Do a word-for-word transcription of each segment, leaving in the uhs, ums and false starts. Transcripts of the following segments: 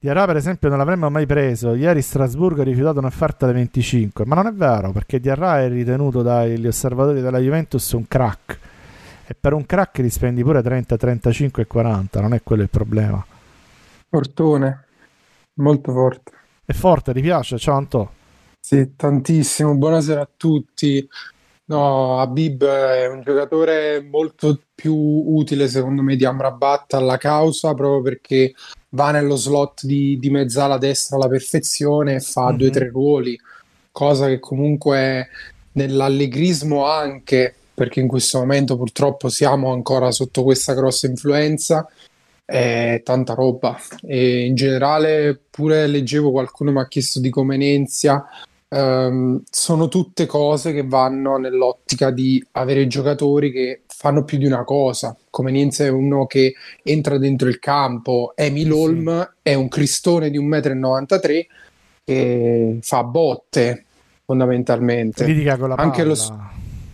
Diarra per esempio non l'avremmo mai preso. Ieri Strasburgo ha rifiutato un'offerta da venticinque, ma non è vero, perché Diarra è ritenuto dagli osservatori della Juventus un crack, e per un crack li spendi pure trenta, trentacinque e quaranta, non è quello il problema. Fortune, molto forte. È forte, ti piace? Ciao Antò. Sì, tantissimo. Buonasera a tutti. No, Habib è un giocatore molto più utile secondo me di Amrabat alla causa, proprio perché va nello slot di, di mezzala destra alla perfezione e fa due o Mhm. tre ruoli, cosa che comunque nell'allegrismo anche, perché in questo momento purtroppo siamo ancora sotto questa grossa influenza, è tanta roba. E in generale pure leggevo qualcuno mi ha chiesto di Comenenzia. Ehm, sono tutte cose che vanno nell'ottica di avere giocatori che fanno più di una cosa. Convenienza è uno che entra dentro il campo. Emil Sì, sì. Holm è un cristone di uno e novantatré m che fa botte fondamentalmente. Litiga con la Anche lo s- palla.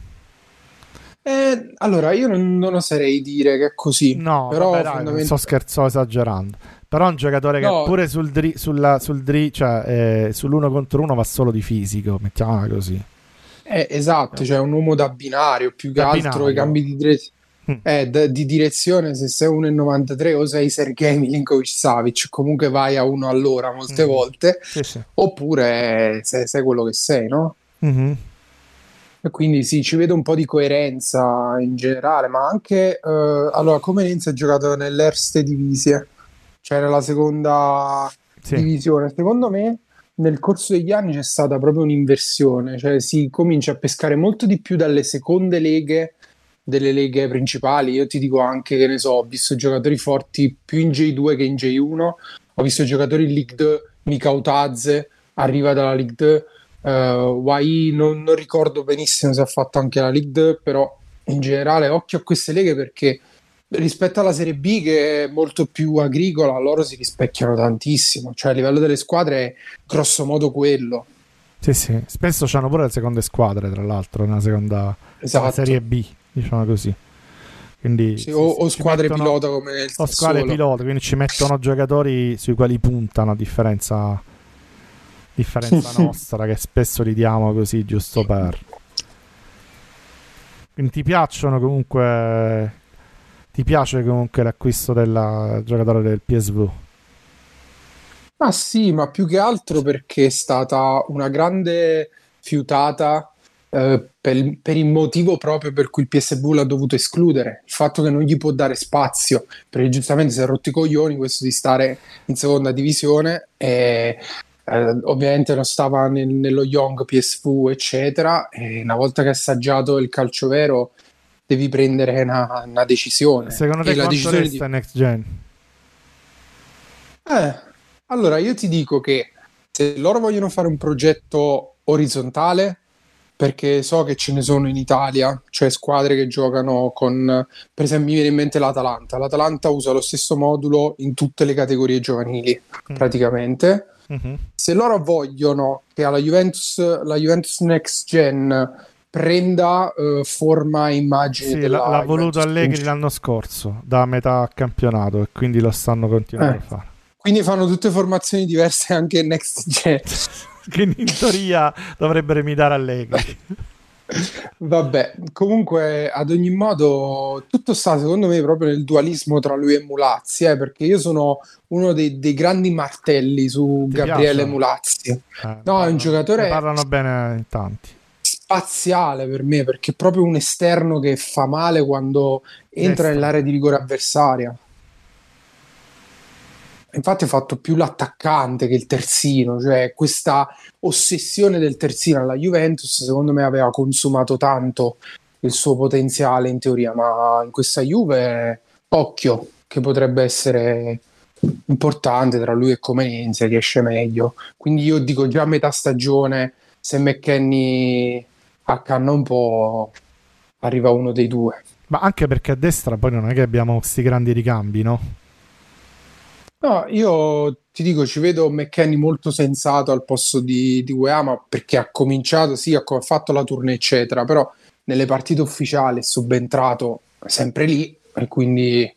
eh, allora, io non, non oserei dire che è così, No, vabbè, però dai, non sto fondamentalmente scherzando, esagerando. Però è un giocatore che no. pure sul dri, sulla, sul dri, cioè eh, sull'uno contro uno va solo di fisico, mettiamola così. Eh, esatto, cioè un uomo da binario, più che Da altro i binario. cambi di, dire- Mm. eh, d- di direzione, se sei uno e novantatré o sei Sergej Milinkovic-Savic, comunque vai a uno all'ora molte Mhm. volte, Sì, sì. oppure sei, sei quello che sei, no? Mhm. E quindi sì, ci vedo un po' di coerenza in generale, ma anche, eh, allora, come Renzi ha giocato nell'Erste Divisie, cioè nella seconda Sì. divisione, secondo me nel corso degli anni c'è stata proprio un'inversione, cioè si comincia a pescare molto di più dalle seconde leghe delle leghe principali. Io ti dico anche che ne so, ho visto giocatori forti più in J due che in J uno, ho visto giocatori in Ligue due, Mika Utadze arriva dalla Ligue due, uh, Wai non, non ricordo benissimo se ha fatto anche la Ligue due, però in generale occhio a queste leghe perché rispetto alla Serie B che è molto più agricola, loro si rispecchiano tantissimo, cioè a livello delle squadre è grosso modo quello. Sì, sì. Spesso c'hanno pure le seconde squadre, tra l'altro, nella seconda, nella Serie Esatto. B, diciamo così. Quindi Sì, sì, o, sì, o ci squadre mettono pilota come nel o squadre Sassuolo. pilota, quindi ci mettono giocatori sui quali puntano, a differenza, differenza nostra, che spesso li diamo così giusto per. Quindi ti piacciono comunque. Ti piace comunque l'acquisto del giocatore del P S V? Ah sì, ma più che altro perché è stata una grande fiutata eh, per, per il motivo proprio per cui il P S V l'ha dovuto escludere, il fatto che non gli può dare spazio, perché giustamente si è rotto i coglioni questo di stare in seconda divisione e eh, ovviamente non stava nel- nello Young P S V, eccetera, e una volta che ha assaggiato il calcio vero devi prendere una, una decisione Secondo e te la quanto decisione di resta in Next Gen? Eh, allora io ti dico che se loro vogliono fare un progetto orizzontale, perché so che ce ne sono in Italia, cioè squadre che giocano con, per esempio, mi viene in mente l'Atalanta. L'Atalanta usa lo stesso modulo in tutte le categorie giovanili, Mm. praticamente. Mhm. Se loro vogliono che alla Juventus, la Juventus Next Gen prenda eh, forma e immagine Sì, l'ha, l'ha della voluto Juventus Allegri principale. l'anno scorso, da metà campionato, e quindi lo stanno continuando a Eh, fare. quindi fanno tutte formazioni diverse anche in Next Gen. Quindi in teoria dovrebbero imitare Allegri. Vabbè, comunque ad ogni modo tutto sta secondo me proprio nel dualismo tra lui e Mulazzi, eh, perché io sono uno dei, dei grandi martelli su Ti Gabriele piace? Mulazzi. Eh, ne No, è un parlano, ne giocatore parlano bene in tanti. spaziale per me, perché è proprio un esterno che fa male quando entra Destro. nell'area di rigore avversaria. Infatti ha fatto più l'attaccante che il terzino, cioè questa ossessione del terzino alla Juventus secondo me aveva consumato tanto il suo potenziale in teoria, ma in questa Juve occhio che potrebbe essere importante tra lui e Comenenza che esce meglio. Quindi io dico già a metà stagione se McKennie accanna un po' arriva uno dei due. Ma anche perché a destra poi non è che abbiamo questi grandi ricambi, no? No, io ti dico, ci vedo McKennie molto sensato al posto di, di Weah, perché ha cominciato, sì, ha co- fatto la tournée, eccetera, però nelle partite ufficiali è subentrato sempre lì e quindi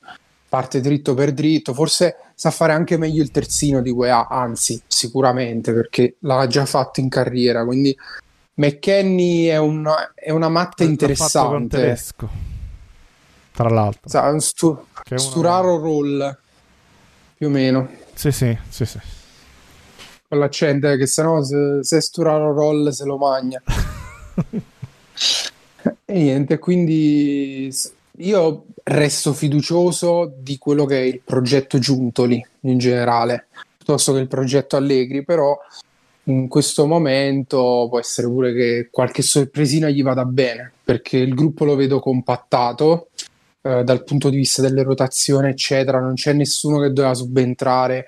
parte dritto per dritto, forse sa fare anche meglio il terzino di Weah, anzi sicuramente perché l'ha già fatto in carriera, quindi McKennie è, un, è una matta L'ha fatto con interessante, Tedesco, tra l'altro, sa, un stu, che è uno sturaro roll più o meno, sì sì sì sì con l'accento eh, che sennò se, se sturaro roll se lo magna. E niente, quindi s- io resto fiducioso di quello che è il progetto Giuntoli in generale, piuttosto che il progetto Allegri, però in questo momento può essere pure che qualche sorpresina gli vada bene, perché il gruppo lo vedo compattato eh, dal punto di vista delle rotazioni, eccetera, non c'è nessuno che doveva subentrare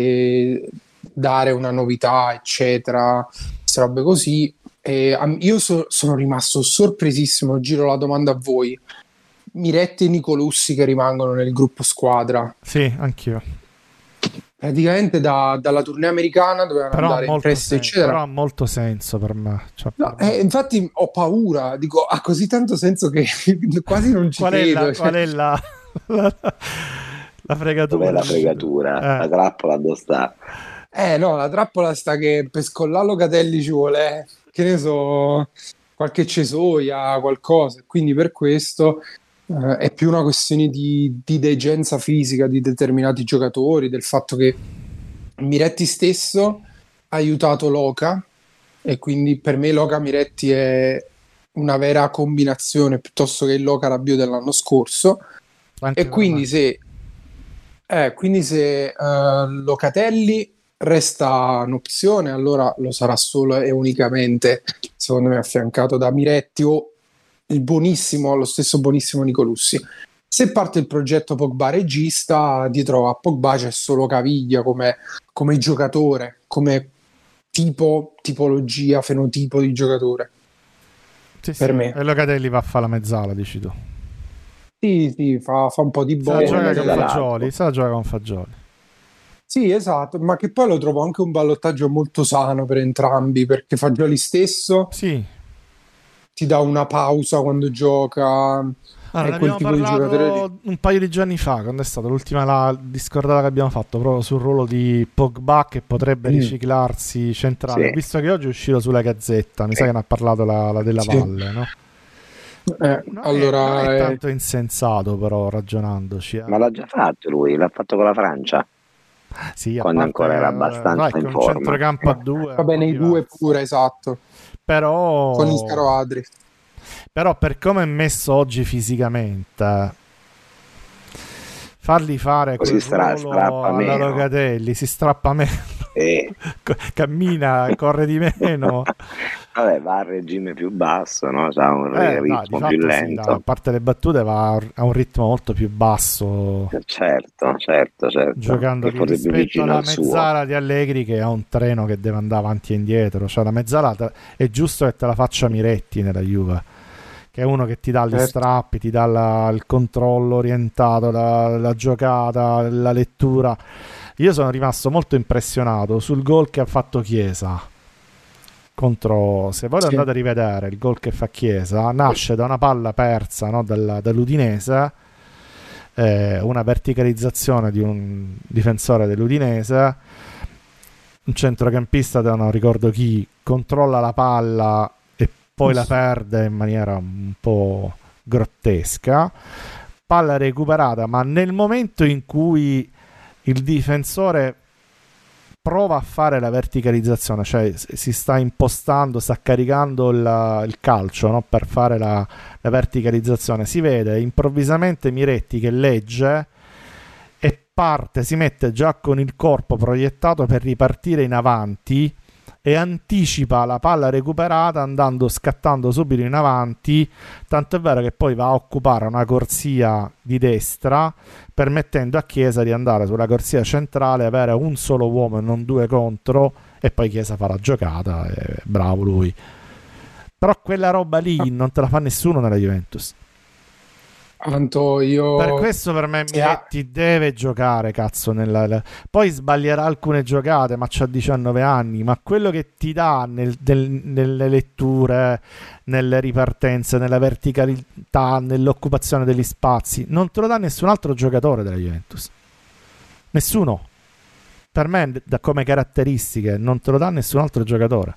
e dare una novità, eccetera, queste robe così. E, am- io so- sono rimasto sorpresissimo, giro la domanda a voi. Miretti e Nicolussi che rimangono nel gruppo squadra. sì, anch'io. Praticamente da- dalla tournée americana dovevano Però ha andare in molto, prestito, sen- eccetera. però ha molto senso per me. Cioè, per No, me. eh, infatti ho paura, dico, ha così tanto senso che quasi non ci Qual è la, credo. qual Cioè. è la, la, la fregatura? Dov'è la fregatura? Eh, La trappola dove sta? Eh no, la trappola sta che per scollare Locatelli ci vuole, eh, che ne so, qualche cesoia, qualcosa. Quindi per questo eh, è più una questione di, di degenza fisica di determinati giocatori, del fatto che Miretti stesso ha aiutato Loca e quindi per me Loca Miretti è una vera combinazione piuttosto che il Loca Rabiot dell'anno scorso. anche E per quindi me. se, eh, quindi se eh, Locatelli resta un'opzione, allora lo sarà solo e unicamente, secondo me, affiancato da Miretti o il buonissimo, lo stesso buonissimo Nicolussi. Se parte il progetto Pogba regista, dietro a Pogba c'è solo Caviglia come, come giocatore, come tipo, tipologia, fenotipo di giocatore. Sì, Per sì. me. E Locatelli va a fare la mezzala, dici tu. Sì, sì, fa, fa un po' di Se la Sì, gioca bolle. con mezzalato. Fagioli, se la gioca con Fagioli. Sì, esatto, ma che poi lo trovo anche un ballottaggio molto sano per entrambi, perché Fagioli stesso Sì. ti dà una pausa quando gioca, Allora, è ne quel abbiamo tipo di giocatore lì. parlato un paio di giorni fa, quando è stata l'ultima la discordata che abbiamo fatto proprio sul ruolo di Pogba che potrebbe Mm. riciclarsi centrale. Sì. Visto che oggi è uscito sulla Gazzetta, mi sa che ne ha parlato la, la della Sì. Valle, no? Eh, Non è, non allora, è eh, tanto insensato, però, ragionandoci. eh. Ma l'ha già fatto lui, l'ha fatto con la Francia, Sì, a quando parte ancora era eh, abbastanza vai, in con un forma. centrocampo a due, è va un bene, po' i due diverso. pure, esatto, con il Però, caro Adri. però per come è messo oggi fisicamente, fargli fare Così quel stra- ruolo strappa alla meno. Locatelli, si strappa meno, E co- cammina, corre di meno. vabbè, va a regime più basso, no? C'ha un Eh, dai, di ritmo più fatto sì, dai, a lento. parte le battute va a a un ritmo molto più basso, Certo, certo, certo. giocando Che lì vorrebbe rispetto vicino alla al suo. mezzala di Allegri che ha un treno che deve andare avanti e indietro. Cioè la mezzala te- è giusto che te la faccia Miretti nella Juve, che è uno che ti dà gli Certo. strappi, ti dà la- il controllo orientato, la, la giocata, la lettura. Io sono rimasto molto impressionato sul gol che ha fatto Chiesa contro, se voi lo Sì. andate a rivedere il gol che fa Chiesa, nasce da una palla persa, no, dalla- dall'Udinese, eh, una verticalizzazione di un difensore dell'Udinese, un centrocampista, da non ricordo chi, controlla la palla e poi la perde in maniera un po' grottesca, palla recuperata, ma nel momento in cui il difensore prova a fare la verticalizzazione, cioè s- si sta impostando, sta caricando il, il calcio, no, per fare la, la verticalizzazione, si vede improvvisamente Miretti che legge e parte, si mette già con il corpo proiettato per ripartire in avanti e anticipa la palla recuperata andando, scattando subito in avanti, tanto è vero che poi va a occupare una corsia di destra, permettendo a Chiesa di andare sulla corsia centrale, avere un solo uomo e non due contro, e poi Chiesa fa la giocata, e bravo lui. Però quella roba lì non te la fa nessuno nella Juventus. Anto, io... Per questo per me Miretti ha... deve giocare, cazzo, nella... la... poi sbaglierà alcune giocate, ma c'ha diciannove anni, ma quello che ti dà nel, nel, nelle letture, nelle ripartenze, nella verticalità, nell'occupazione degli spazi, non te lo dà nessun altro giocatore della Juventus. Nessuno. Per me, da come caratteristiche, non te lo dà nessun altro giocatore.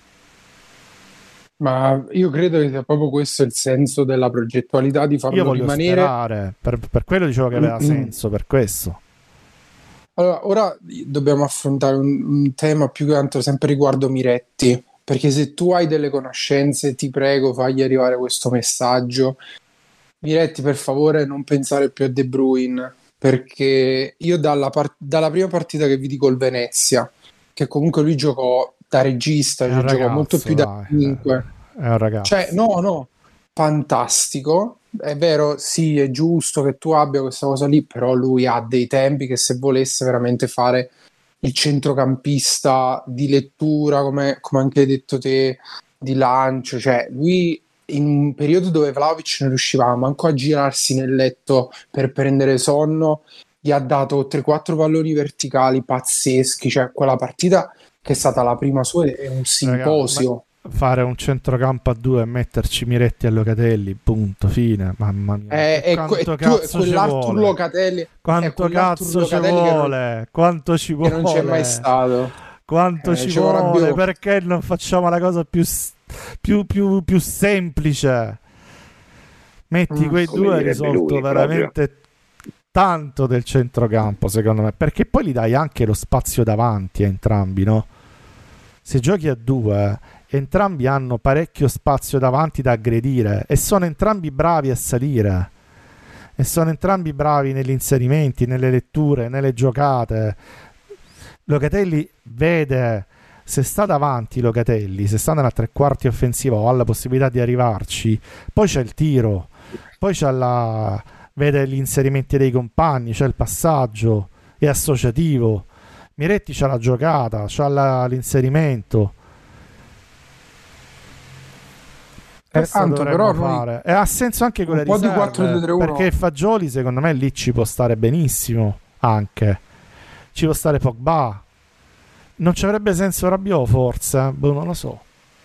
Ma io credo che sia proprio questo il senso della progettualità, di farlo io voglio rimanere. Sperare, per, per quello dicevo che aveva mm-hmm. senso, per questo. Allora, ora dobbiamo affrontare un, un tema più che altro sempre riguardo Miretti, perché se tu hai delle conoscenze, ti prego, fagli arrivare questo messaggio. Miretti, per favore, non pensare più a De Bruyne, perché io dalla, part- dalla prima partita che vidi col Venezia, che comunque lui giocò da regista, cioè ragazzo, giocò molto più dai, da cinque. È un ragazzo. Cioè, no, no, fantastico. È vero, sì, è giusto che tu abbia questa cosa lì, però lui ha dei tempi che se volesse veramente fare il centrocampista di lettura, come, come anche hai detto te, di lancio, cioè lui in un periodo dove Vlahovic non riusciva manco a girarsi nel letto per prendere sonno, gli ha dato tre quattro palloni verticali pazzeschi, cioè quella partita che è stata la prima sua è un simposio. Raga, fare un centrocampo a due e metterci Miretti e Locatelli, punto, fine, mamma mia. Eh, e quanto que- cazzo ci vuole? Locatelli, quanto cazzo ci vuole? Non, quanto ci vuole? Che non c'è mai stato. Quanto eh, ci vuole? Perché non facciamo la cosa più, più, più, più semplice? Metti mm, quei due, hai risolto lui, veramente proprio tanto del centrocampo, secondo me, perché poi gli dai anche lo spazio davanti a entrambi, no? Se giochi a due, entrambi hanno parecchio spazio davanti da aggredire e sono entrambi bravi a salire e sono entrambi bravi negli inserimenti, nelle letture, nelle giocate. Locatelli vede, se sta davanti Locatelli, se sta nella tre quarti offensiva o ha la possibilità di arrivarci, poi c'è il tiro, poi c'è la... vede gli inserimenti dei compagni, c'è il passaggio, è associativo. Miretti c'ha la giocata, c'ha la, l'inserimento. Eh, tanto però fare. E ha senso anche con le riserve, quattro due tre uno, perché Fagioli secondo me lì ci può stare benissimo, anche ci può stare Pogba, non ci avrebbe senso Rabiot forse, boh, non lo so.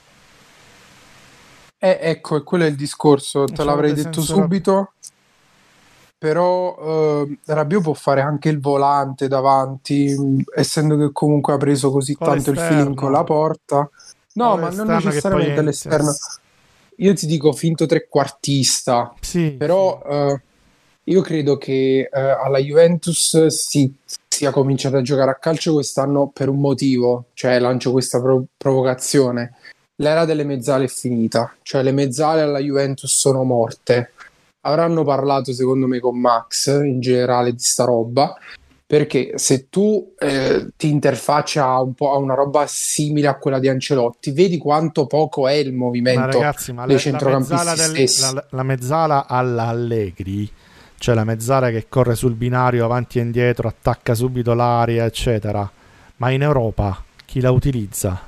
Eh, ecco, e quello è il discorso, te l'avrei detto subito Rab... però eh, Rabiot può fare anche il volante davanti, essendo che comunque ha preso così con tanto l'esterno. Il feeling con la porta. No, con ma non necessariamente all'esterno. Io ti dico finto trequartista, sì, però sì. Eh, io credo che eh, alla Juventus si sia cominciato a giocare a calcio quest'anno per un motivo, cioè lancio questa pro- provocazione. L'era delle mezzale è finita, cioè le mezzale alla Juventus sono morte. Avranno parlato secondo me con Max in generale di sta roba, perché se tu eh, ti interfacci a un po' a una roba simile a quella di Ancelotti, vedi quanto poco è il movimento, ma ragazzi, ma dei le, centrocampisti la mezzala stessi. Del, la, la mezzala alla Allegri, cioè la mezzala che corre sul binario avanti e indietro, attacca subito l'area, eccetera, ma in Europa chi la utilizza?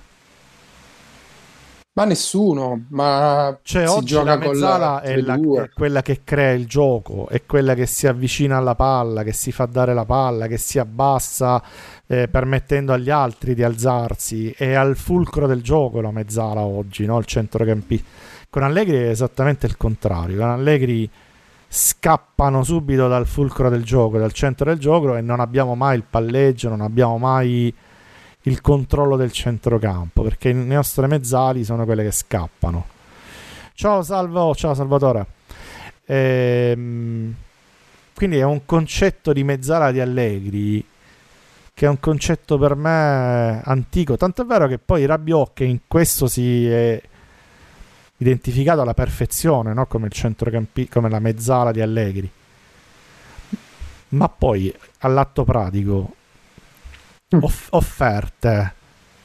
Ma nessuno, ma cioè si oggi gioca la mezzala è, la, è quella che crea il gioco, è quella che si avvicina alla palla, che si fa dare la palla, che si abbassa eh, permettendo agli altri di alzarsi, è al fulcro del gioco la mezzala oggi, no? Il centrocampista. Con Allegri è esattamente il contrario, con Allegri scappano subito dal fulcro del gioco, dal centro del gioco, e non abbiamo mai il palleggio, non abbiamo mai il controllo del centrocampo, perché le nostre mezzali sono quelle che scappano. Ciao Salvo, ciao Salvatore. Ehm, quindi è un concetto di mezzala di Allegri che è un concetto per me antico, tanto è vero che poi Rabiot, che in questo si è identificato alla perfezione, no? Come il centrocampi- come la mezzala di Allegri, ma poi all'atto pratico Off- offerte,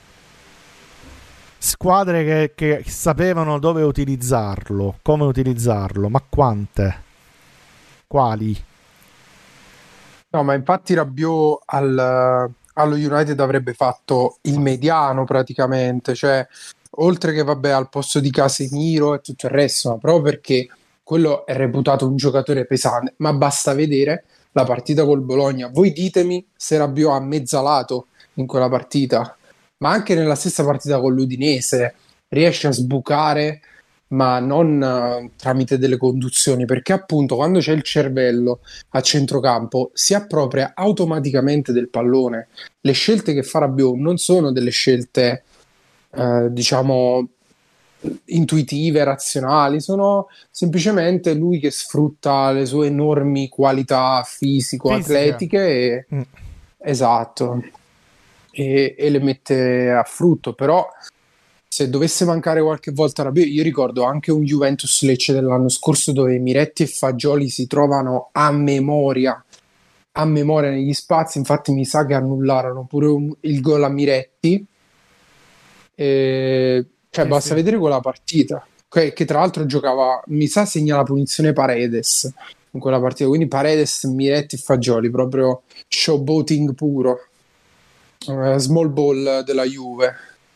squadre che, che sapevano dove utilizzarlo, come utilizzarlo, ma quante? Quali? No, ma infatti Rabiot al, allo United avrebbe fatto il mediano praticamente, cioè oltre che vabbè al posto di Casemiro e tutto il resto, ma proprio perché quello è reputato un giocatore pesante, ma basta vedere la partita col Bologna. Voi ditemi se Rabiot ha mezzalato in quella partita, ma anche nella stessa partita con l'Udinese riesce a sbucare, ma non uh, tramite delle conduzioni, perché appunto quando c'è il cervello a centrocampo si appropria automaticamente del pallone. Le scelte che fa Rabiot non sono delle scelte uh, diciamo intuitive, razionali, sono semplicemente lui che sfrutta le sue enormi qualità fisico-atletiche e, Mm. esatto, e, e le mette a frutto. Però se dovesse mancare qualche volta Rabiot, io ricordo anche un Juventus Lecce dell'anno scorso dove Miretti e Fagioli si trovano a memoria a memoria negli spazi, infatti mi sa che annullarono pure un, il gol a Miretti, e, cioè Sì, basta sì. vedere quella partita che, che tra l'altro giocava, mi sa segna la punizione Paredes in quella partita, quindi Paredes, Miretti e Fagioli, proprio showboating puro, uh, small ball della Juve.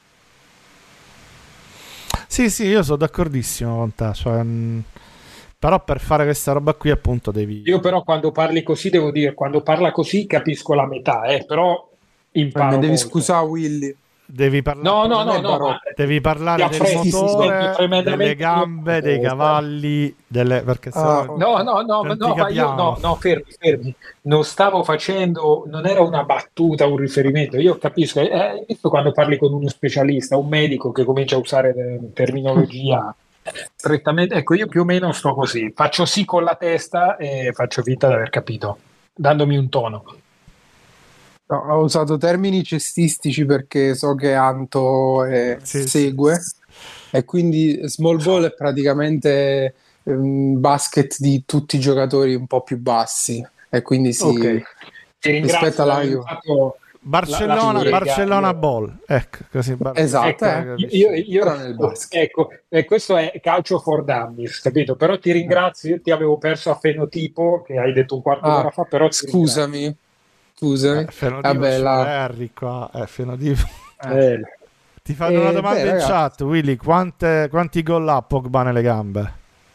Sì, sì, io sono d'accordissimo con te, cioè, mh, però per fare questa roba qui appunto devi... Io però quando parli così devo dire, quando parla così capisco la metà, eh, però Eh, imparo mi devi molto. scusare Willy, Devi parlare, No, no, non è no, no, ma barocco. devi parlare ti del apprezzo, sì, sì, mi motore, sento tremendamente delle gambe, aiutato. dei cavalli, delle... perché se Ah, no No, no, no, non ti no, ma io capiamo. no, no, fermi, fermi. Non stavo facendo, non era una battuta, un riferimento. Io capisco, eh, hai visto quando parli con uno specialista, un medico che comincia a usare eh, terminologia strettamente, ecco, io più o meno sto così, faccio sì con la testa e faccio finta di aver capito, dandomi un tono. no, ho usato termini cestistici perché so che Anto eh, Sì, segue, e quindi small ball è praticamente un basket di tutti i giocatori un po' più bassi, e quindi sì, Ok, ti ringrazio rispetto di alla aver Juve. fatto la, la Barcellona, spiega. Barcellona Io- Ball, ecco, così Bar- Esatto, Ecco, eh. capisci. io, io- Però nel basket. ecco, e questo è calcio for dummies, capito? Però ti ringrazio, io ti avevo perso a fenotipo, che hai detto un quarto d'ora Ah, fa, però ti ringrazio. scusami, scusami. Eh, Fenotipo Vabbè, ci la- vuole Harry qua, eh, Fenotipo. eh. Eh, Ti fanno una Eh, domanda beh, in ragazzi. chat, Willy, quante, quanti gol ha Pogba nelle gambe?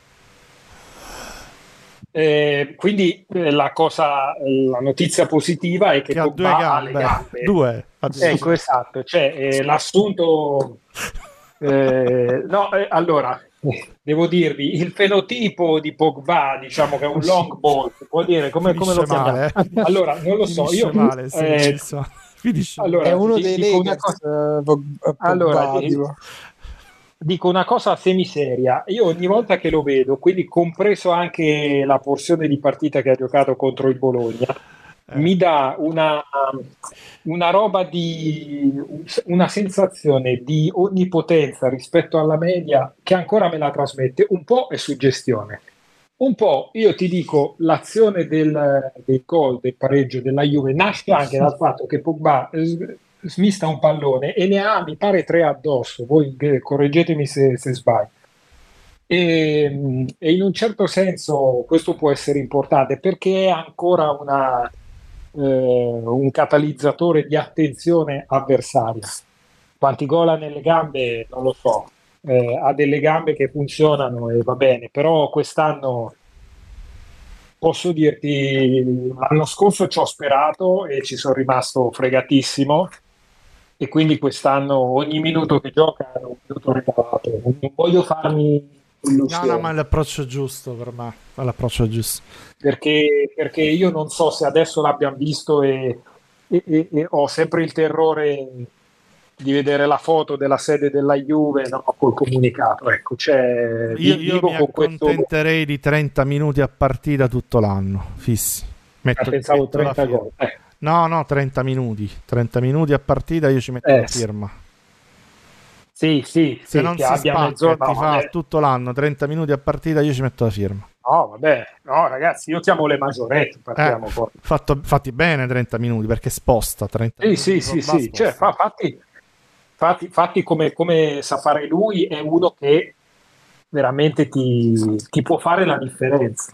eh, quindi eh, la cosa, la notizia positiva è che, Che ha due Pogba ha le gambe, gambe. due. addirittura. Ecco, esatto, cioè eh, l'assunto eh, no, eh, allora devo dirvi il fenotipo di Pogba, diciamo che è un long ball, si può dire come, come lo Finisce chiamiamo? male, eh. Allora, non lo so, Finisce io male, sì, eh, finisce male. Finisce allora, È uno di- dei dico una Lakers, cosa- eh, Pog- Pogba, allora, di- tipo. dico una cosa semiseria. Io ogni volta che lo vedo, quindi compreso anche la porzione di partita che ha giocato contro il Bologna, Eh. mi dà una, una roba di una sensazione di onnipotenza rispetto alla media che ancora me la trasmette. Un po' è suggestione, un po' io ti dico l'azione del, del gol, del pareggio della Juve nasce anche dal fatto che Pogba eh, smista un pallone e ne ha, mi pare, tre addosso. Voi eh, correggetemi se, se sbaglio. E, e in un certo senso questo può essere importante perché è ancora una, eh, un catalizzatore di attenzione avversaria. Quanti gol ha nelle gambe non lo so. Eh, ha delle gambe che funzionano e va bene, però quest'anno posso dirti, l'anno scorso ci ho sperato e ci sono rimasto fregatissimo, e quindi quest'anno ogni minuto che gioca è un minuto regalato. Non voglio farmi No, illusioni, no, ma è l'approccio giusto per me, è l'approccio giusto. perché, perché io non so se adesso l'abbiamo visto e, e- e- e ho sempre il terrore di vedere la foto della sede della Juve, no, col comunicato. Ecco, cioè, Io, vi- io vivo mi con questo. accontenterei di trenta minuti a partita tutto l'anno, fissi. Metto, Ah, pensavo metto la trenta firma. gol. Eh. No, no, trenta minuti. trenta minuti a partita io ci metto Eh, la firma. Sì, sì, Se sì, non che si abbia spacca mezz'ora, e ti no, fa vabbè. tutto l'anno trenta minuti a partita io ci metto la firma. No, vabbè, no, ragazzi, io chiamo le maggiorette, Eh, partiamo poi. fatto- fatti bene trenta minuti perché sposta trenta Sì, minuti sì, di sì, Pogba sì, cioè, sposta. fa- fatti, fatti, fatti come, come sa fare lui, è uno che veramente ti, ti può fare la differenza.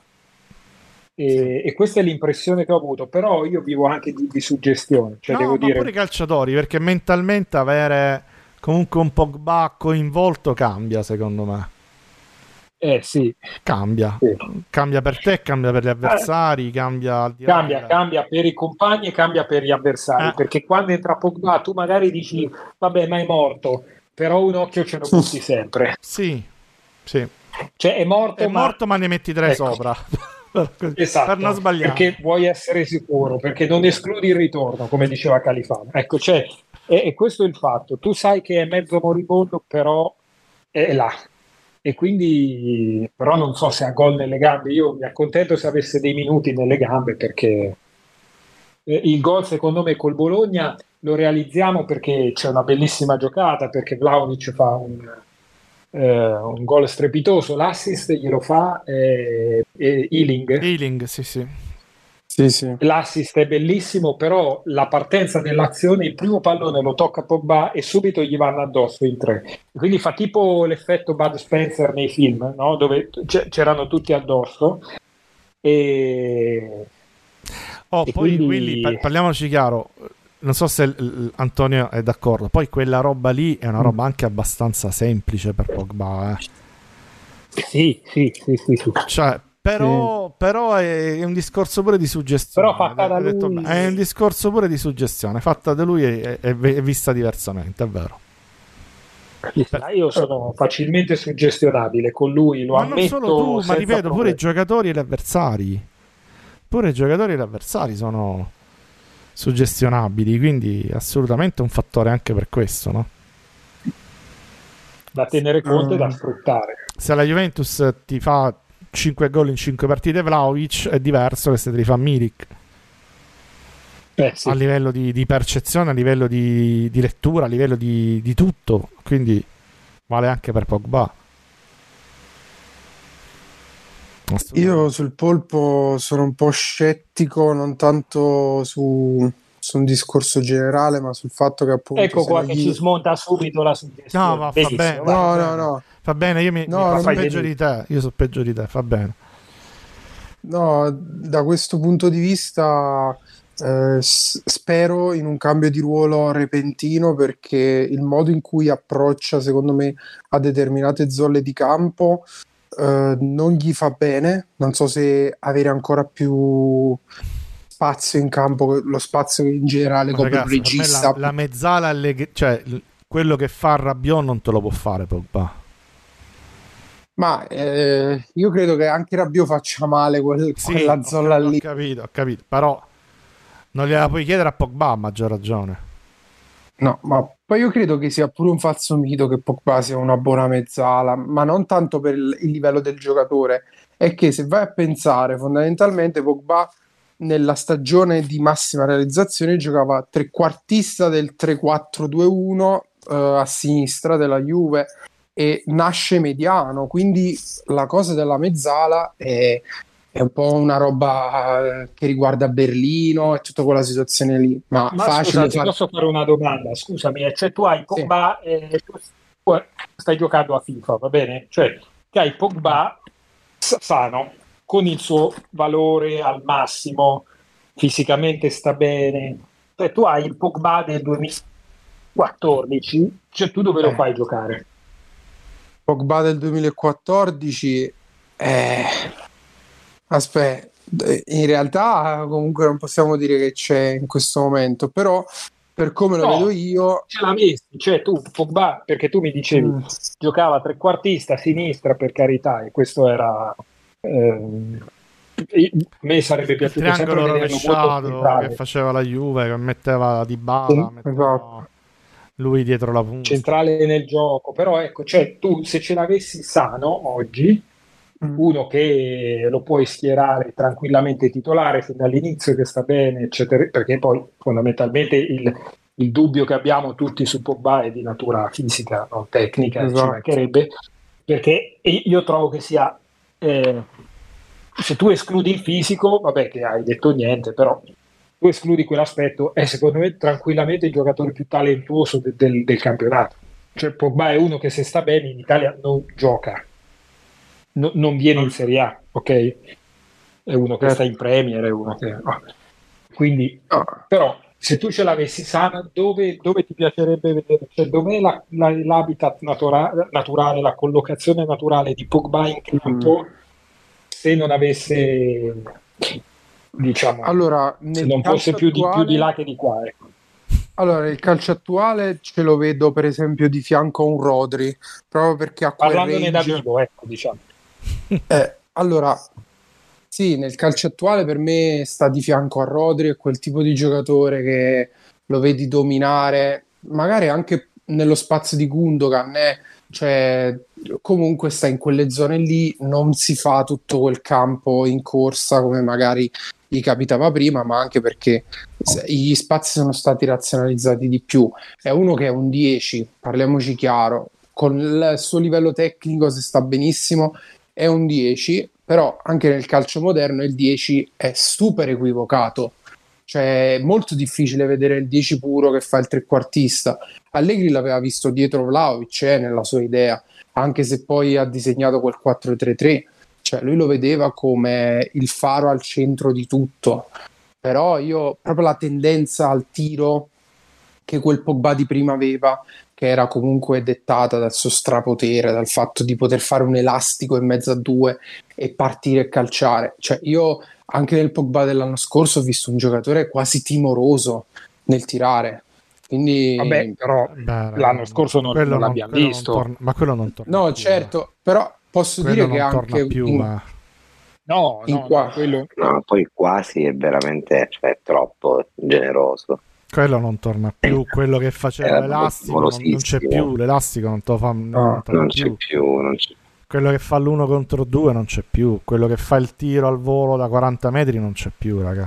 E, e questa è l'impressione che ho avuto, però io vivo anche di, di suggestione, cioè No, devo ma dire, pure i calciatori, perché mentalmente avere comunque un Pogba coinvolto cambia, secondo me. Eh sì, Cambia, sì. cambia per te, cambia per gli avversari, cambia al di là Cambia, della- cambia per i compagni e cambia per gli avversari, Eh. perché quando entra Pogba tu magari dici vabbè, ma è morto, però un occhio ce lo butti sempre. Sì, sì. Cioè è morto, È ma... morto ma ne metti tre Ecco. sopra. Per Esatto, non sbagliare. perché vuoi essere sicuro, perché non escludi il ritorno, come diceva Califano. Ecco, cioè, e, e questo è il fatto. Tu sai che è mezzo moribondo, però è là. E quindi, però non so se ha gol nelle gambe. Io mi accontento se avesse dei minuti nelle gambe, perché eh, il gol, secondo me, col Bologna lo realizziamo perché c'è una bellissima giocata, perché Vlahovic fa un, eh, un gol strepitoso, l'assist glielo fa eh, eh, Ealing. Healing, sì, sì. Sì, sì. L'assist è bellissimo, però la partenza dell'azione, il primo pallone lo tocca Pogba e subito gli vanno addosso in tre. Quindi fa tipo l'effetto Bud Spencer nei film, no? Dove c- c'erano tutti addosso. E, Oh, e poi quindi... Willy, pa- parliamoci chiaro, non so se l- l- Antonio è d'accordo, poi quella roba lì è una roba anche abbastanza semplice per Pogba, eh. Sì, sì, sì, sì, sì. Cioè, però, però è, è un discorso pure di suggestione. Però fatta da Hai detto lui- bene, è un discorso pure di suggestione, fatta da lui e è, è vista diversamente, è vero. Io sono facilmente suggestionabile con lui, lo Ma non ammetto. solo tu, ma senza ripeto, pure i problemi. giocatori e gli avversari. Pure i giocatori e gli avversari sono suggestionabili, quindi assolutamente un fattore anche per questo, no? Da tenere conto e da Mm. sfruttare. Se la Juventus ti fa cinque gol in cinque partite, Vlahovic è diverso che se te li fa Milik. Eh, sì. A livello di, di percezione, a livello di, di lettura, a livello di, di tutto, quindi vale anche per Pogba. Io sul polpo sono un po' scettico, non tanto su, su un discorso generale, ma sul fatto che appunto Ecco se qua non che gli- ci smonta subito la suggestione. No, va, fa Benissimo, bene. vai. No, va no, bene. no. Fa bene, io mi, No, mi- non so mi- peggio di te, io so peggio di te, fa bene. No, da questo punto di vista eh, s- spero in un cambio di ruolo repentino, perché il modo in cui approccia, secondo me, a determinate zone di campo eh, non gli fa bene. Non so se avere ancora più spazio in campo, lo spazio in generale Ma come un ragazzi, per me la, regista. la mezzala, alle- cioè l- quello che fa Rabiot non te lo può fare Pogba. Ma eh, io credo che anche Rabiot faccia male quel- Sì, quella ho, zona cap- ho lì. capito, ho capito, però non gliela puoi chiedere a Pogba, a maggior ragione. No, ma poi io credo che sia pure un falso mito che Pogba sia una buona mezzala, ma non tanto per il, il livello del giocatore. È che se vai a pensare, fondamentalmente Pogba nella stagione di massima realizzazione giocava trequartista del tre quattro due uno eh, a sinistra della Juve e nasce mediano, quindi la cosa della mezzala è, è un po' una roba eh, che riguarda Berlino e tutta quella situazione lì, ma, Ma scusa, facile ti fare. posso fare una domanda? Scusami, eh, cioè tu hai Pogba, eh, tu tu stai giocando a FIFA, va bene? Cioè, che hai Pogba s- sano, con il suo valore al massimo, fisicamente sta bene. Cioè, tu hai il Pogba del duemilaquattordici, cioè tu dove lo Eh. fai giocare? Pogba del duemilaquattordici, eh, aspetta, in realtà comunque non possiamo dire che c'è in questo momento, però per come lo No, vedo io, ce l'avessi, cioè tu Pogba, perché tu mi dicevi Mm. giocava trequartista a sinistra, per carità, e questo era ehm, e- a me sarebbe Il piaciuto sempre triangolo vederlo molto rovesciato centrale, che faceva la Juve, che metteva Di Bala, Sì, metteva esatto. lui dietro la punta. centrale nel gioco, però ecco, cioè tu se ce l'avessi sano oggi, Mm. uno che lo puoi schierare tranquillamente titolare fin dall'inizio, che sta bene, eccetera, perché poi fondamentalmente il, il dubbio che abbiamo tutti su Pogba è di natura fisica, non tecnica, ci Esatto. mancherebbe, perché io trovo che sia, eh, se tu escludi il fisico, vabbè che hai detto niente, però tu escludi quell'aspetto, è secondo me tranquillamente il giocatore più talentuoso de- del, del campionato. Cioè Pogba è uno che se sta bene in Italia non gioca, no- non viene in Serie A, ok? È uno che sta in Premier, è uno che... oh. Quindi, No. però, se tu ce l'avessi sana, dove, dove ti piacerebbe vedere? Cioè, dov'è la, la, l'habitat natura, naturale, la collocazione naturale di Pogba in campo, mm. se non avesse, diciamo, allora, se non fosse più, attuale, di, più di là che di qua, ecco. Allora, il calcio attuale ce lo vedo per esempio di fianco a un Rodri, proprio perché ha quel parlandone range... da vivo, ecco, diciamo. Eh, allora, sì, nel calcio attuale per me sta di fianco a Rodri, è quel tipo di giocatore che lo vedi dominare, magari anche nello spazio di Gundogan, eh? Cioè, comunque sta in quelle zone lì, non si fa tutto quel campo in corsa come magari gli capitava prima, ma anche perché gli spazi sono stati razionalizzati di più. È uno che è un dieci, parliamoci chiaro, con il suo livello tecnico, se sta benissimo, è un dieci, però anche nel calcio moderno il dieci è super equivocato, cioè è molto difficile vedere il dieci puro che fa il trequartista. Allegri l'aveva visto dietro Vlahovic eh, nella sua idea, anche se poi ha disegnato quel quattro tre tre, cioè lui lo vedeva come il faro al centro di tutto. Però io proprio la tendenza al tiro che quel Pogba di prima aveva, che era comunque dettata dal suo strapotere, dal fatto di poter fare un elastico in mezzo a due e partire e calciare. Cioè io anche nel Pogba dell'anno scorso ho visto un giocatore quasi timoroso nel tirare. Quindi vabbè, però Beh, l'anno scorso non, non l'abbiamo non, visto. Non torna, ma quello non torna. No, più, certo, eh. Però posso quello dire che anche più, in, ma... no, in no, qua... no, quello... no, poi quasi è veramente, cioè, troppo generoso. Quello non torna più, quello che faceva l'elastico non, non c'è più, l'elastico non te lo fa, non, no, non non più. c'è più, non c'è. Quello che fa l'uno contro due non c'è più, quello che fa il tiro al volo da quaranta metri non c'è più, raga.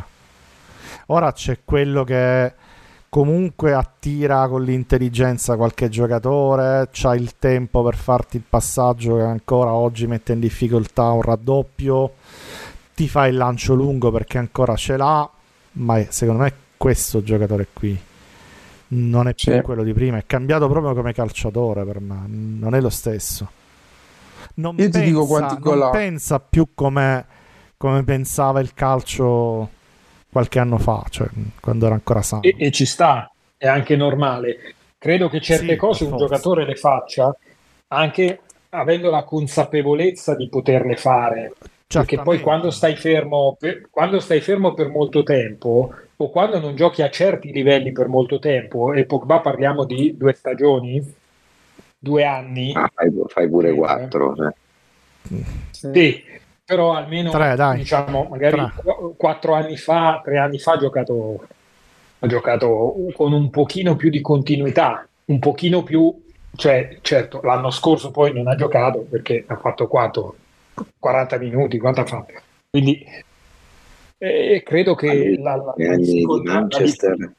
Ora c'è quello che comunque attira con l'intelligenza qualche giocatore, c'ha il tempo per farti il passaggio che ancora oggi mette in difficoltà un raddoppio, ti fa il lancio lungo perché ancora ce l'ha, ma secondo me questo giocatore qui non è più sì. quello di prima, è cambiato proprio come calciatore per me, non è lo stesso. Non, Io pensa, ti dico quanti non gol pensa più come, come pensava il calcio qualche anno fa, cioè quando era ancora sano. E, e ci sta, è anche normale. Credo che certe sì, cose un forza. giocatore le faccia anche avendo la consapevolezza di poterle fare. Perché poi quando stai fermo per, quando stai fermo per molto tempo o quando non giochi a certi livelli per molto tempo, e Pogba parliamo di due stagioni, due anni, ah, fai, fai pure eh, quattro eh. sì. sì, però almeno tre, dai. diciamo magari tre. quattro anni fa, tre anni fa ha giocato, ha giocato con un pochino più di continuità, un pochino più, cioè certo l'anno scorso poi non ha giocato perché ha fatto quattro quaranta minuti, quanto ha fatto? Quindi eh, credo che la, la, la anni di Manchester la...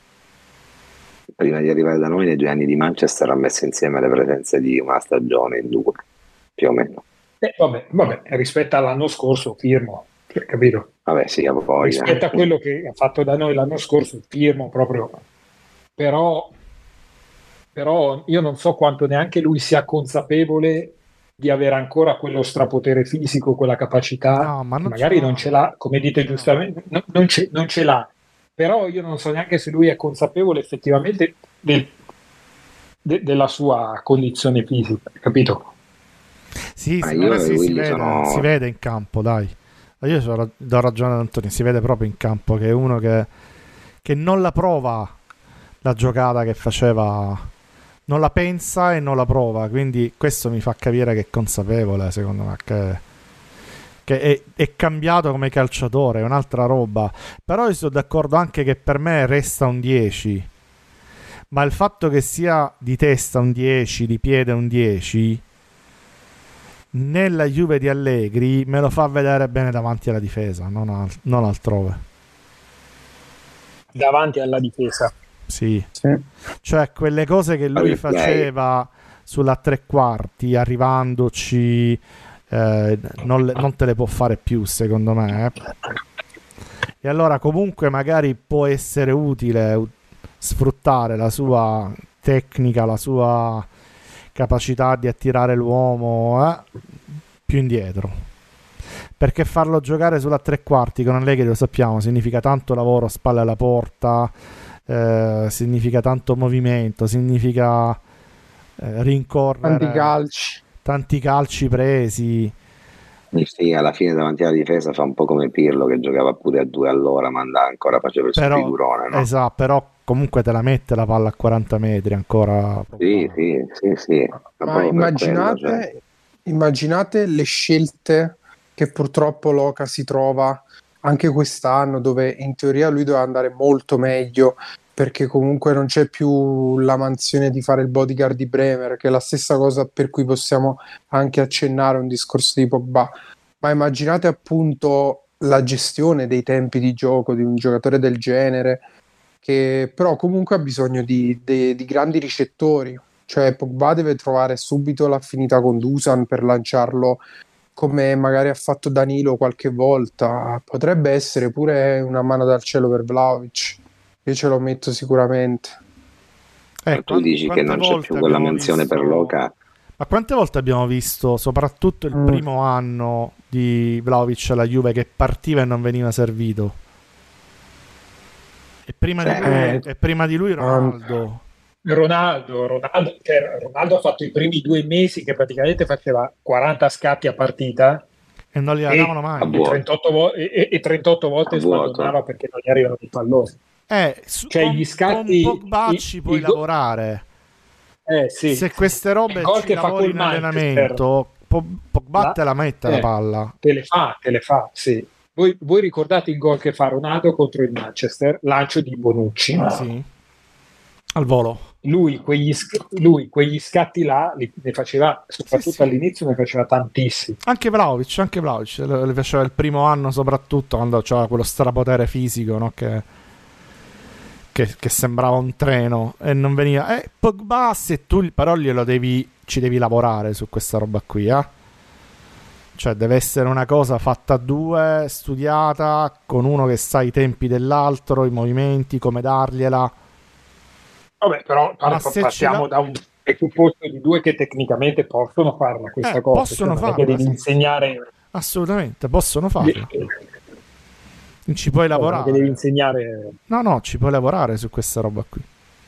prima di arrivare da noi nei due anni di Manchester ha messo insieme le presenze di una stagione in due più o meno eh, vabbè, vabbè, rispetto all'anno scorso firmo, capito? Vabbè sì, a poi, rispetto eh. a quello che ha fatto da noi l'anno scorso firmo proprio, però però io non so quanto neanche lui sia consapevole di avere ancora quello strapotere fisico, quella capacità, no, ma non magari non ce l'ha, come dite giustamente, no, non, ce, non ce l'ha, però io non so neanche se lui è consapevole effettivamente del, de, della sua condizione fisica, capito? Sì, ah, io sì, si, vede, sono... si vede in campo, dai. Io so, do ragione ad Antonio, si vede proprio in campo che è uno che, che non la prova la giocata che faceva, non la pensa e non la prova, quindi questo mi fa capire che è consapevole, secondo me, che, che è, è cambiato come calciatore, è un'altra roba. Però io sono d'accordo anche che per me resta un dieci, ma il fatto che sia di testa un dieci, di piede un dieci, nella Juve di Allegri me lo fa vedere bene davanti alla difesa, non, al, non altrove. Davanti alla difesa. Sì. sì, cioè quelle cose che lui faceva sulla tre quarti arrivandoci eh, non, le, non te le può fare più, secondo me, eh. E allora comunque magari può essere utile sfruttare la sua tecnica, la sua capacità di attirare l'uomo eh, più indietro, perché farlo giocare sulla tre quarti con Allegri, lo sappiamo, significa tanto lavoro, spalle alla porta, eh, significa tanto movimento, significa eh, rincorrere, Tanti calci. tanti calci presi. Sì, alla fine davanti alla difesa fa un po' come Pirlo che giocava pure a due all'ora, ma andava ancora, faceva il suo Però, figurone, no? esatto, però comunque te la mette la palla a quaranta metri ancora. Sì, sì, sì, sì. Ma Ma proprio per immaginate, quello, cioè. immaginate le scelte che purtroppo Loca si trova anche quest'anno, dove in teoria lui doveva andare molto meglio, perché comunque non c'è più la mansione di fare il bodyguard di Bremer, che è la stessa cosa per cui possiamo anche accennare un discorso di Pogba. Ma immaginate appunto la gestione dei tempi di gioco di un giocatore del genere, che però comunque ha bisogno di, di, di grandi ricettori. Cioè Pogba deve trovare subito l'affinità con Dusan per lanciarlo come magari ha fatto Danilo qualche volta. Potrebbe essere pure una mano dal cielo per Vlahovic. Io ce lo metto sicuramente. Eh, tu quant- dici che non c'è più quella menzione visto... per Loca? Ma quante volte abbiamo visto, soprattutto il Mm. primo anno di Vlahovic alla Juve, che partiva e non veniva servito? E prima, Cioè, di, lui, eh, e prima di lui Ronaldo. Ronaldo, Ronaldo, cioè, Ronaldo ha fatto i primi due mesi che praticamente faceva quaranta scatti a partita E non li e, davano mai. A e vuoto. trentotto, vo- e, e trentotto volte A vuoto. sballonava perché non gli arrivano i palloni. Eh, su- Cioè, con, gli scatti- con Pogba i- ci puoi i go- lavorare. Eh sì. Se queste robe Il gol ci che fa lavori col in Manchester, allenamento, Po- Pogba La- te la mette la eh. palla. te le fa, te le fa, sì. Voi, voi ricordate il gol che fa Ronaldo contro il Manchester? Lancio di Bonucci. Sì. Al volo. Lui quegli, sc- lui quegli scatti là li, ne faceva, soprattutto Sì, sì. all'inizio ne faceva tantissimi. Anche Vlahovic, anche Vlahovic le, le faceva il primo anno, soprattutto quando c'era quello strapotere fisico, no? che, che, che sembrava un treno e non veniva. Eh, Pogba, se tu però glielo devi, ci devi lavorare su questa roba qui, eh? Cioè deve essere una cosa fatta a due, studiata, con uno che sa i tempi dell'altro, i movimenti, come dargliela. Vabbè, però Ma pa- se partiamo ci da un presupposto di due che tecnicamente possono farla questa Eh, cosa. possono cioè, non è farla, che devi sì. insegnare, Assolutamente, possono farlo. Ci puoi non è che lavorare. devi insegnare. No, no, ci puoi lavorare su questa roba qui.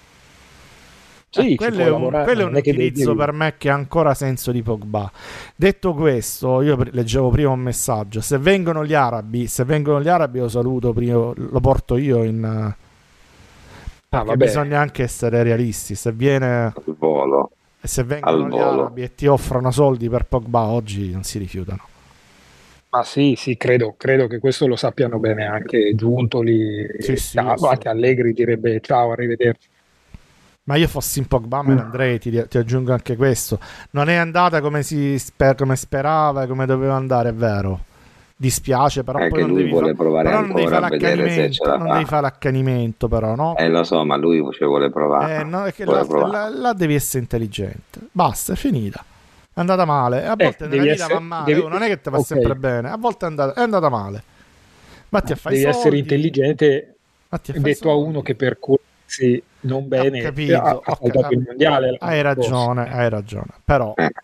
Sì, Eh, ci quello puoi è un, lavorare, quello è non un è che devi- utilizzo per me che ha ancora senso di Pogba. Detto questo, io pre- leggevo prima un messaggio. Se vengono gli arabi, se vengono gli arabi, lo saluto prima, lo porto io in. eh, Ah, Perché vabbè. bisogna anche essere realisti. Se viene, Al volo. se vengono Al gli volo. arabi e ti offrono soldi per Pogba, oggi non si rifiutano. Ma sì, sì, credo, credo che questo lo sappiano bene anche Giuntoli, Sì, e sì, ciao, anche assolutamente. Allegri direbbe ciao, arrivederci. Ma io fossi in Pogba me ne andrei, ti, ti aggiungo anche questo. Non è andata come si sper- come sperava e come doveva andare, è vero. Dispiace, però È poi che non lui devi, vuole fa- provare però non devi ancora fare a vedere se l'accanimento, ce la non fa. devi fare l'accanimento però, no? Eh, lo so, ma lui ci vuole provare. Eh, no, è che Vuole là, provare. là- là devi essere intelligente. Basta, è finita. È andata male. A volte nella devi vita essere- va male, devi- oh, non è che ti va ok. sempre bene. A volte è andata, è andata male. Vatti a fare i Devi soldi. essere intelligente, vatti a fare i detto a soldi. uno che per cursi non bene Ho capito, ha, ho ha ca- saltato il mondiale. Hai l'anno scorso. ragione, hai ragione. Però Eh,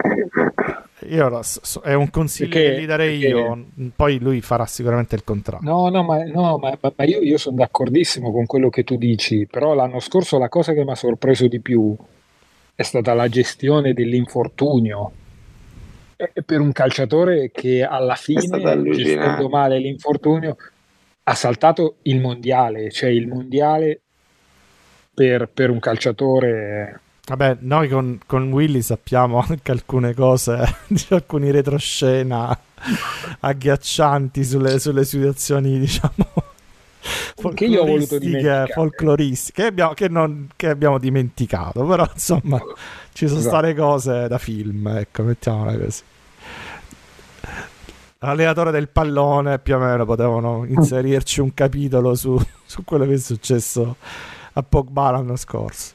io lo so- so- è un consiglio Perché- che gli darei perché- io. Poi lui farà sicuramente il contrario. No, no, ma, no, ma, ma- ma io, io sono d'accordissimo con quello che tu dici, però l'anno scorso la cosa che mi ha sorpreso di più è stata la gestione dell'infortunio. E per un calciatore che alla stato fine, allucinante. gestendo male l'infortunio, ha saltato il mondiale, cioè il mondiale per, per un calciatore. Vabbè, noi con, con Willy sappiamo anche alcune cose, di alcuni retroscena agghiaccianti sulle, sulle situazioni, diciamo, Che io ho voluto folcloristiche, dimenticare. folcloristiche che abbiamo, che non- che abbiamo dimenticato, però insomma ci sono Esatto. state cose da film, ecco, mettiamola così. L'allenatore del pallone, più o meno potevano inserirci un capitolo su, su quello che è successo a Pogba l'anno scorso.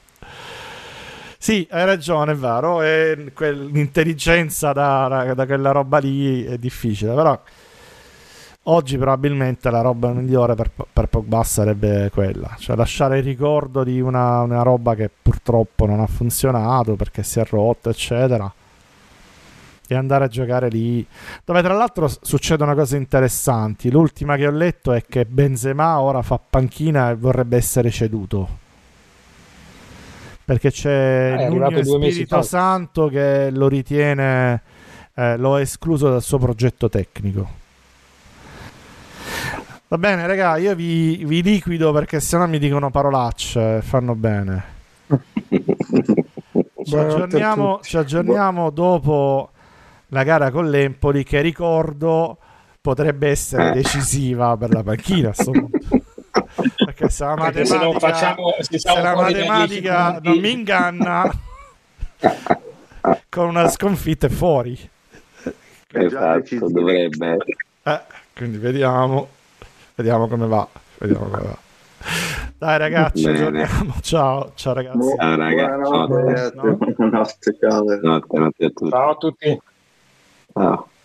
Sì, hai ragione, è vero, e quel- l'intelligenza da, da quella roba lì è difficile, però oggi probabilmente la roba migliore per, per Pogba sarebbe quella, cioè lasciare il ricordo di una, una roba che purtroppo non ha funzionato perché si è rotta, eccetera, e andare a giocare lì, dove tra l'altro succedono cose interessanti. L'ultima che ho letto è che Benzema ora fa panchina e vorrebbe essere ceduto, perché c'è è Nuno arrivato due mesi Spirito fa. Santo che lo ritiene, eh, lo ha escluso dal suo progetto tecnico. Va bene, raga, io vi, vi liquido perché sennò mi dicono parolacce, fanno bene. Ci aggiorniamo, ci aggiorniamo dopo la gara con l'Empoli, che ricordo potrebbe essere decisiva per la panchina a sto punto. Perché se la Perché se non matematica, facciamo- se siamo se la fuori dai matematica dieci punti- non mi inganna, con una sconfitta è fuori. Esatto, dovrebbe. Eh, quindi vediamo, vediamo come va. Vediamo come va. Dai ragazzi, Bene. aggiorniamo. Ciao, ciao ragazzi. Ciao, raga. Buonanotte, Notte. ragazzi. Buonanotte, ciao. Notte, notte a tutti. Ciao a tutti. Ciao.